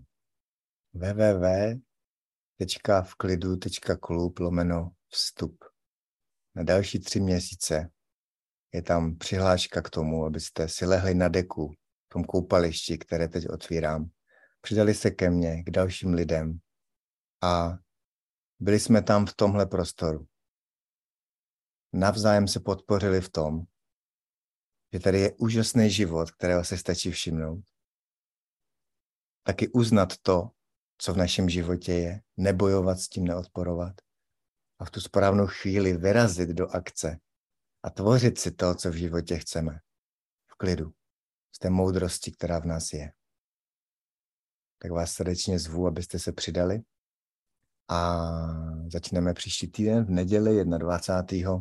www.vklidu.klub/vstup. Na další 3 měsíce je tam přihláška k tomu, abyste si lehli na deku v tom koupališti, které teď otvírám. Přidali se ke mně, k dalším lidem a byli jsme tam v tomhle prostoru. Navzájem se podpořili v tom, že tady je úžasný život, kterého se stačí všimnout. Taky uznat to, co v našem životě je, nebojovat s tím, neodporovat a v tu správnou chvíli vyrazit do akce a tvořit si to, co v životě chceme. V klidu. Z té moudrosti, která v nás je. Tak vás srdečně zvu, abyste se přidali a začneme příští týden v neděli 21.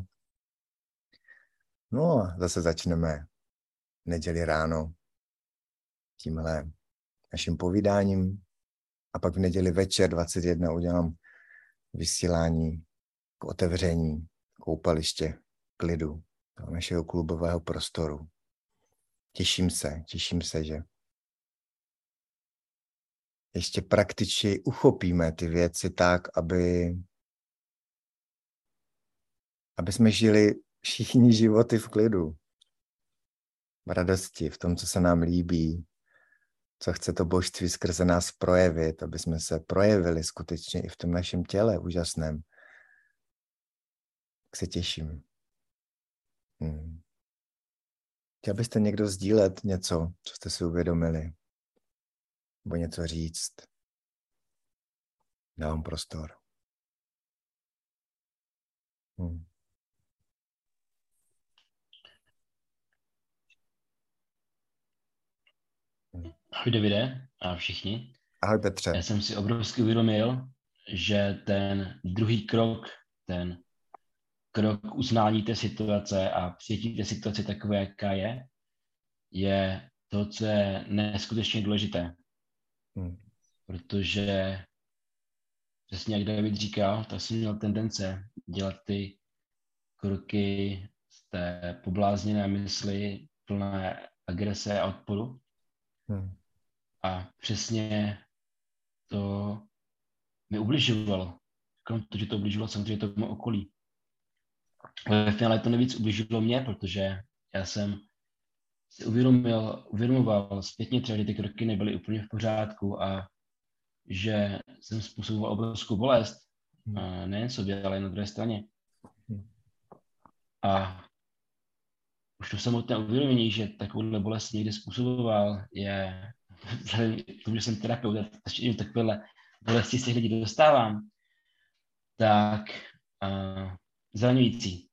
No a zase začneme v neděli ráno tímhle naším povídáním a pak v neděli večer 21 udělám vysílání k otevření koupaliště klidu. toho našeho klubového prostoru. Těším se, že ještě praktičně uchopíme ty věci tak, aby jsme žili všichni životy v klidu, v radosti, v tom, co se nám líbí, co chce to božství skrze nás projevit, aby jsme se projevili skutečně i v tom našem těle úžasném. Tak se těším. Chtěl byste někdo sdílet něco, co jste si uvědomili? Nebo něco říct? Dávám prostor. Ahoj Davide a všichni. Ahoj Petře. Já jsem si obrovsky uvědomil, že ten druhý krok, ten krok uznání té situace a přijetí té situace takové, jaká je to, co je neskutečně důležité. Protože přesně jak David říkal, tak jsem měl tendence dělat ty kroky z té poblázněné mysli, plné agrese a odporu. A přesně to mi ubližovalo. Krom toho, že to ubližovalo samozřejmě tomu okolí. Ale v finále to nejvíc ubližovalo mě, protože já jsem si uvědomoval zpětně třeba, že ty kroky nebyly úplně v pořádku a že jsem způsoboval obrovskou bolest. Nejen sobě, ale i na druhé straně. A už to samotné uvědomění, že takovouhle bolest někde způsoboval, je vzhledem k tomu, že jsem terapeut, a takovéhle bolesti se lidí dostávám, tak zraňující.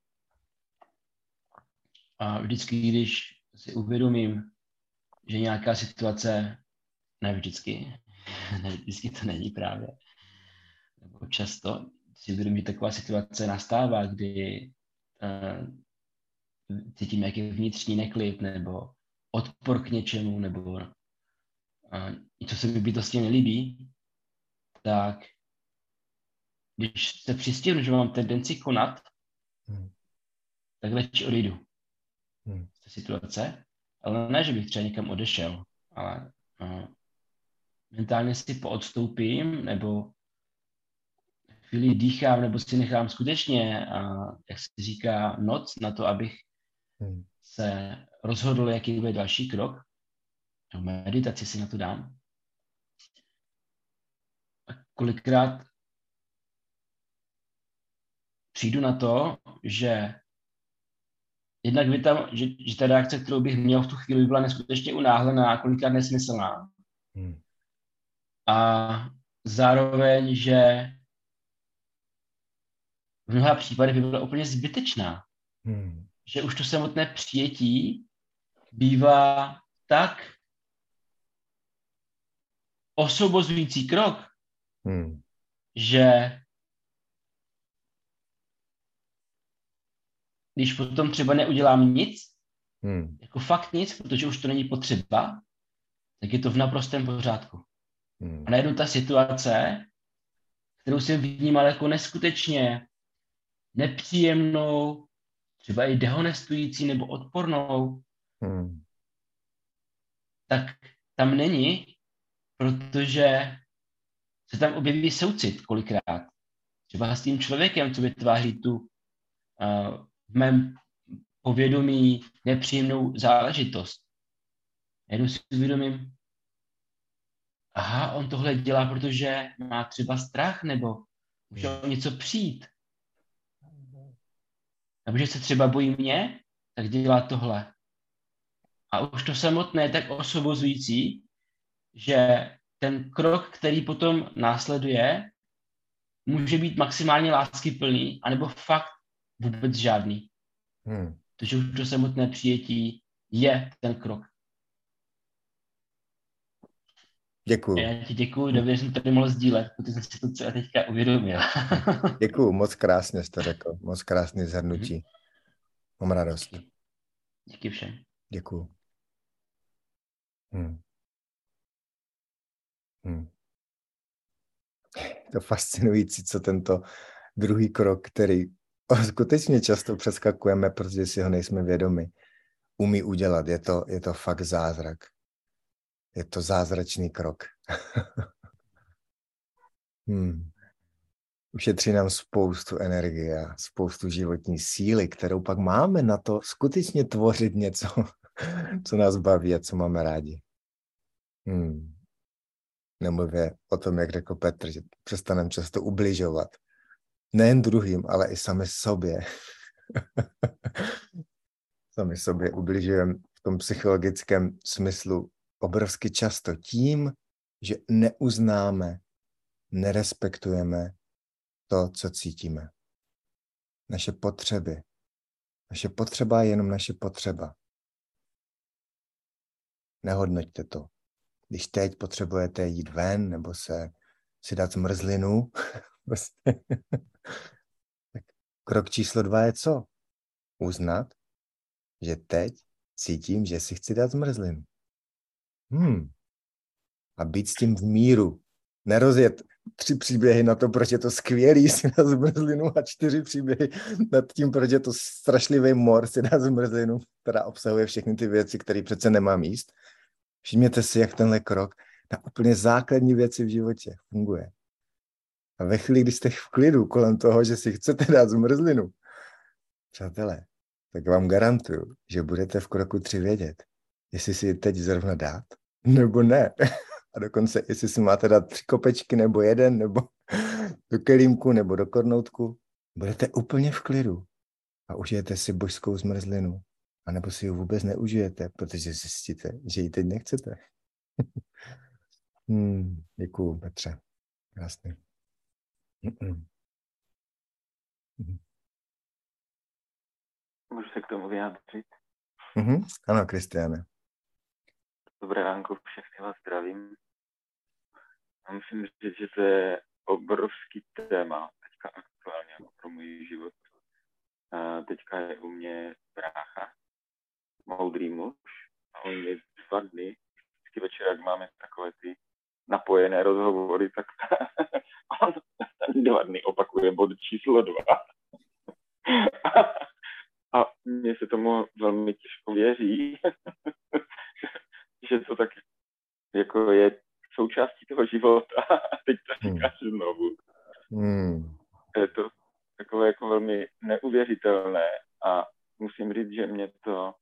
A vždycky, když si uvědomím, že nějaká situace, ne vždycky to není právě, nebo často si uvědomím, že taková situace nastává, kdy cítím nějaký vnitřní neklid, nebo odpor k něčemu, nebo něco se mi bytostně nelíbí, tak když se přistěhnu, že mám tendenci konat, tak radši odejdu z té situace, ale ne, že bych třeba někam odešel, ale mentálně si poodstoupím, nebo chvíli dýchám, nebo si nechám skutečně, jak se říká, noc na to, abych se rozhodl, jaký bude další krok. Meditaci si na to dám. A kolikrát přijdu na to, že jednak by tam, že ta reakce, kterou bych měl v tu chvíli, by byla neskutečně unáhlená a kolikrát nesmyslná. A zároveň, že v mnoha případech by byla úplně zbytečná. Že už to samotné přijetí bývá tak osvobozující krok, že když potom třeba neudělám nic, jako fakt nic, protože už to není potřeba, tak je to v naprostém pořádku. A najednou ta situace, kterou jsem vnímal jako neskutečně nepříjemnou, třeba i dehonestující nebo odpornou, tak tam není, protože se tam objeví soucit kolikrát. Třeba s tím člověkem, co vytváří tu v mém povědomí nepříjemnou záležitost. Jednou si uvědomím, aha, on tohle dělá, protože má třeba strach, nebo může o něco přijít. Nebo že se třeba bojí mě, tak dělá tohle. A už to samotné je tak osvobozující, že ten krok, který potom následuje, může být maximálně láskyplný, anebo fakt vůbec žádný. Takže už to samotné přijetí je ten krok. Děkuju. Já ti děkuju, David, že jsem tady mohl sdílet, protože jsem si to celé teďka uvědomil. Děkuju, moc krásně jste řekl, moc krásný shrnutí. Mám radost. Díky všem. Děkuju. To fascinující, co tento druhý krok, který skutečně často přeskakujeme, protože si ho nejsme vědomi. Umí udělat, je to fakt zázrak. Je to zázračný krok. Ušetří nám spoustu energie a spoustu životní síly, kterou pak máme na to skutečně tvořit něco, co nás baví a co máme rádi. Nemluvě o tom, jak řekl Petr, že přestaneme často ubližovat. Nejen druhým, ale i sami sobě. Sami sobě ubližujeme v tom psychologickém smyslu obrovsky často tím, že neuznáme, nerespektujeme to, co cítíme. Naše potřeby. Naše potřeba je jenom naše potřeba. Nehodnoťte to. Když teď potřebujete jít ven nebo si dát zmrzlinu, tak krok číslo 2 je co? Uznat, že teď cítím, že si chci dát zmrzlinu. A být s tím v míru. Nerozjet 3 příběhy na to, proč je to skvělý si dát zmrzlinu a 4 příběhy nad tím, proč je to strašlivý mor si dát zmrzlinu, která obsahuje všechny ty věci, které přece nemám jíst. Všimněte si, jak tenhle krok na úplně základní věci v životě funguje. A ve chvíli, kdy jste v klidu kolem toho, že si chcete dát zmrzlinu, přátelé, tak vám garantuju, že budete v kroku 3 vědět, jestli si ji teď zrovna dát, nebo ne. A dokonce, jestli si máte dát 3 kopečky, nebo 1, nebo do kelímku, nebo do kornoutku, budete úplně v klidu a užijete si božskou zmrzlinu. A nebo si ji vůbec neužijete, protože zjistíte, že ji teď nechcete. Děkuju, Petře. Krásný. Můžu se k tomu vyjádřit? Ano, Kristiane. Dobré ránko, všechny vás zdravím. A musím říct, že to je obrovský téma teďka aktuálně pro můj život. A teďka je u mě brácha, moudrý muž, a on je 2 dny, vždycky večer, jak máme takové ty napojené rozhovory, tak on 2 dny opakuje bod číslo 2. A mně se tomu velmi těžko věří, že to tak jako je součástí toho života a teď to říkáš znovu. Je to takové jako velmi neuvěřitelné a musím říct, že mě to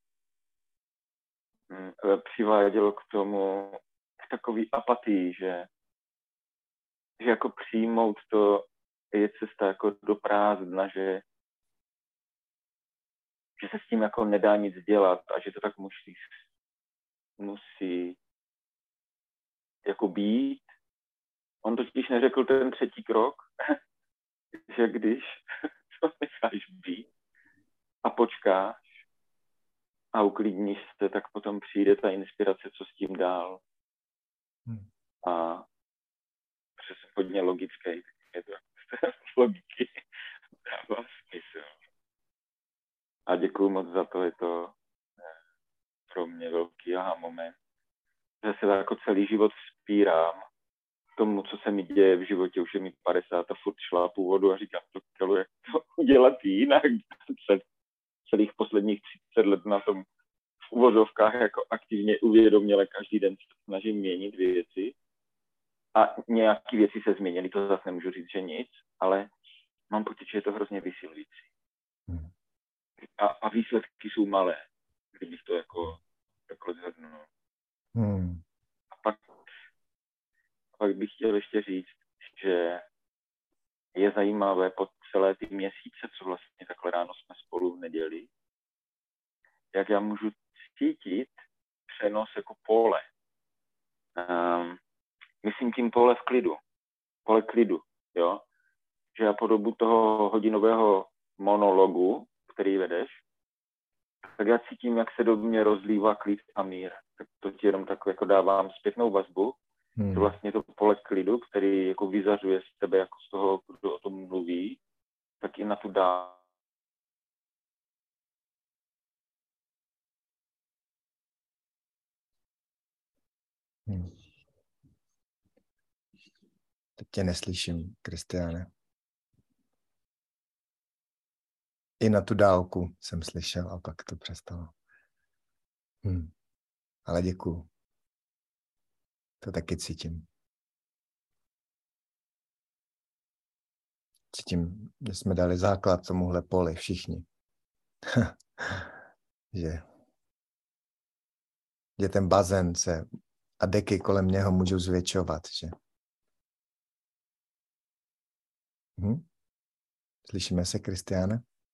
přivádělo k tomu, k takové apatii, že jako přijmout to je cesta jako do prázdna, že se s tím jako nedá nic dělat a že to tak musí jako být. On totiž neřekl ten 3. krok, že když to necháš být a počkáš a uklidníš se, tak potom přijde ta inspirace, co s tím dál. A protože jsem hodně logický, tak je to z logiky dává smysl. A děkuju moc za to, je to pro mě velký aha moment. Že se jako celý život vzpírám tomu, co se mi děje v životě, už je mi 50 a furt šlápu vodu a říkám to kelu, jak to udělat jinak. Celých posledních 30 let na tom v uvozovkách jako aktivně uvědoměle každý den se snažím měnit věci. A nějaké věci se změnily, to zase nemůžu říct, že nic, ale mám pocit, že je to hrozně vysilující. A výsledky jsou malé, kdybych to jako zhrnul. A pak bych chtěl ještě říct, že je zajímavé po celé ty měsíce, co vlastně takhle ráno jsme spolu v neděli, jak já můžu cítit přenos jako pole. Myslím tím pole v klidu. Pole klidu, jo. Že já po dobu toho hodinového monologu, který vedeš, tak já cítím, jak se do mě rozlívá klid a mír. Tak to ti jenom tak jako dávám zpětnou vazbu. To vlastně to pole klidu, který jako vyzařuje z tebe jako z toho, kdo o tom mluví, tak i na tu dá. Teď tě neslyším, Kristiane. I na tu dálku jsem slyšel a pak to přestalo. Ale děkuju. To taky cítím. Cítím, že jsme dali základ tomuhle poli všichni. že ten bazén se a deky kolem něho můžou zvětšovat. Že? Slyšíme se, Kristiáne?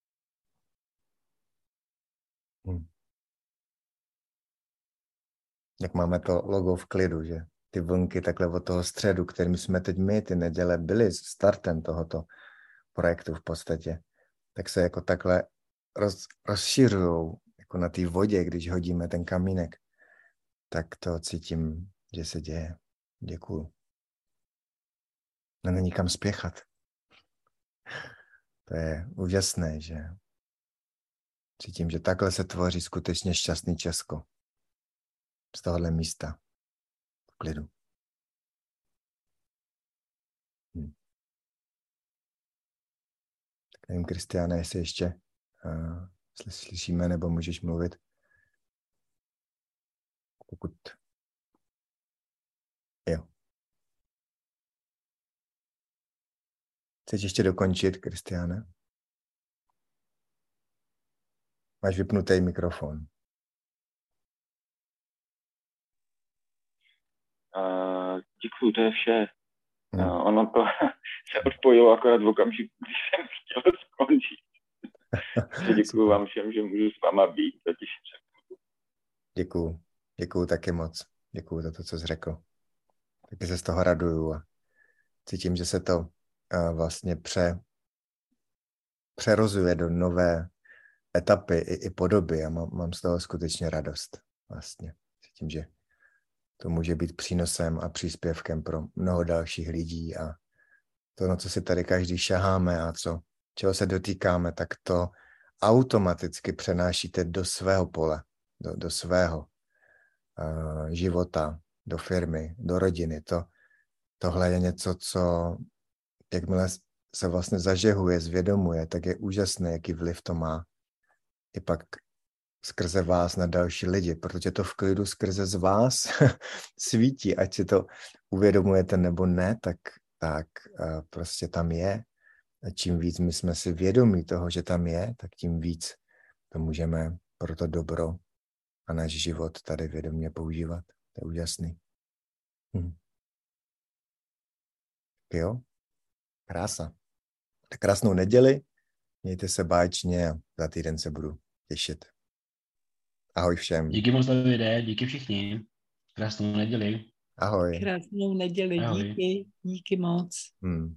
Jak máme to logo v klidu, že ty vlnky takhle od toho středu, kterým jsme teď my ty neděle byli startem tohoto projektu v podstatě, tak se jako takhle rozšiřujou jako na té vodě, když hodíme ten kamínek, tak to cítím, že se děje. Děkuju. Není kam spěchat. To je úžasné, že cítím, že takhle se tvoří skutečně šťastný Česko. Z tohohle místa. V klidu. Tak nevím, Kristiáne, jestli ještě slyšíme, nebo můžeš mluvit. Pokud... Jo. Chceš ještě dokončit, Kristiáne? Máš vypnutý mikrofon. Děkuju, to je vše. Ono to se odpojilo akorát v okamžiku, když jsem chtěl skončit. Děkuju vám všem, že můžu s váma být. Děkuju. Děkuju taky moc. Děkuju za to, co jsi řekl. Taky se z toho raduju a cítím, že se to vlastně přerozuje do nové etapy i podoby a mám z toho skutečně radost. Vlastně cítím, že to může být přínosem a příspěvkem pro mnoho dalších lidí a to, na co si tady každý šaháme a čeho se dotýkáme, tak to automaticky přenášíte do svého pole, do svého života, do firmy, do rodiny. Tohle je něco, co jakmile se vlastně zažehuje, zvědomuje, tak je úžasné, jaký vliv to má. I pak skrze vás na další lidi, protože to v klidu skrze z vás svítí, ať si to uvědomujete nebo ne, tak prostě tam je. A čím víc my jsme si vědomí toho, že tam je, tak tím víc to můžeme pro to dobro a náš život tady vědomě používat. To je úžasný. Jo? Krása. Tak krásnou neděli, mějte se báječně a za týden se budu těšit. Ahoj všem. Díky moc, Davide, díky všichni. Krásnou neděli. Ahoj. Krásnou neděli, Ahoj. díky moc.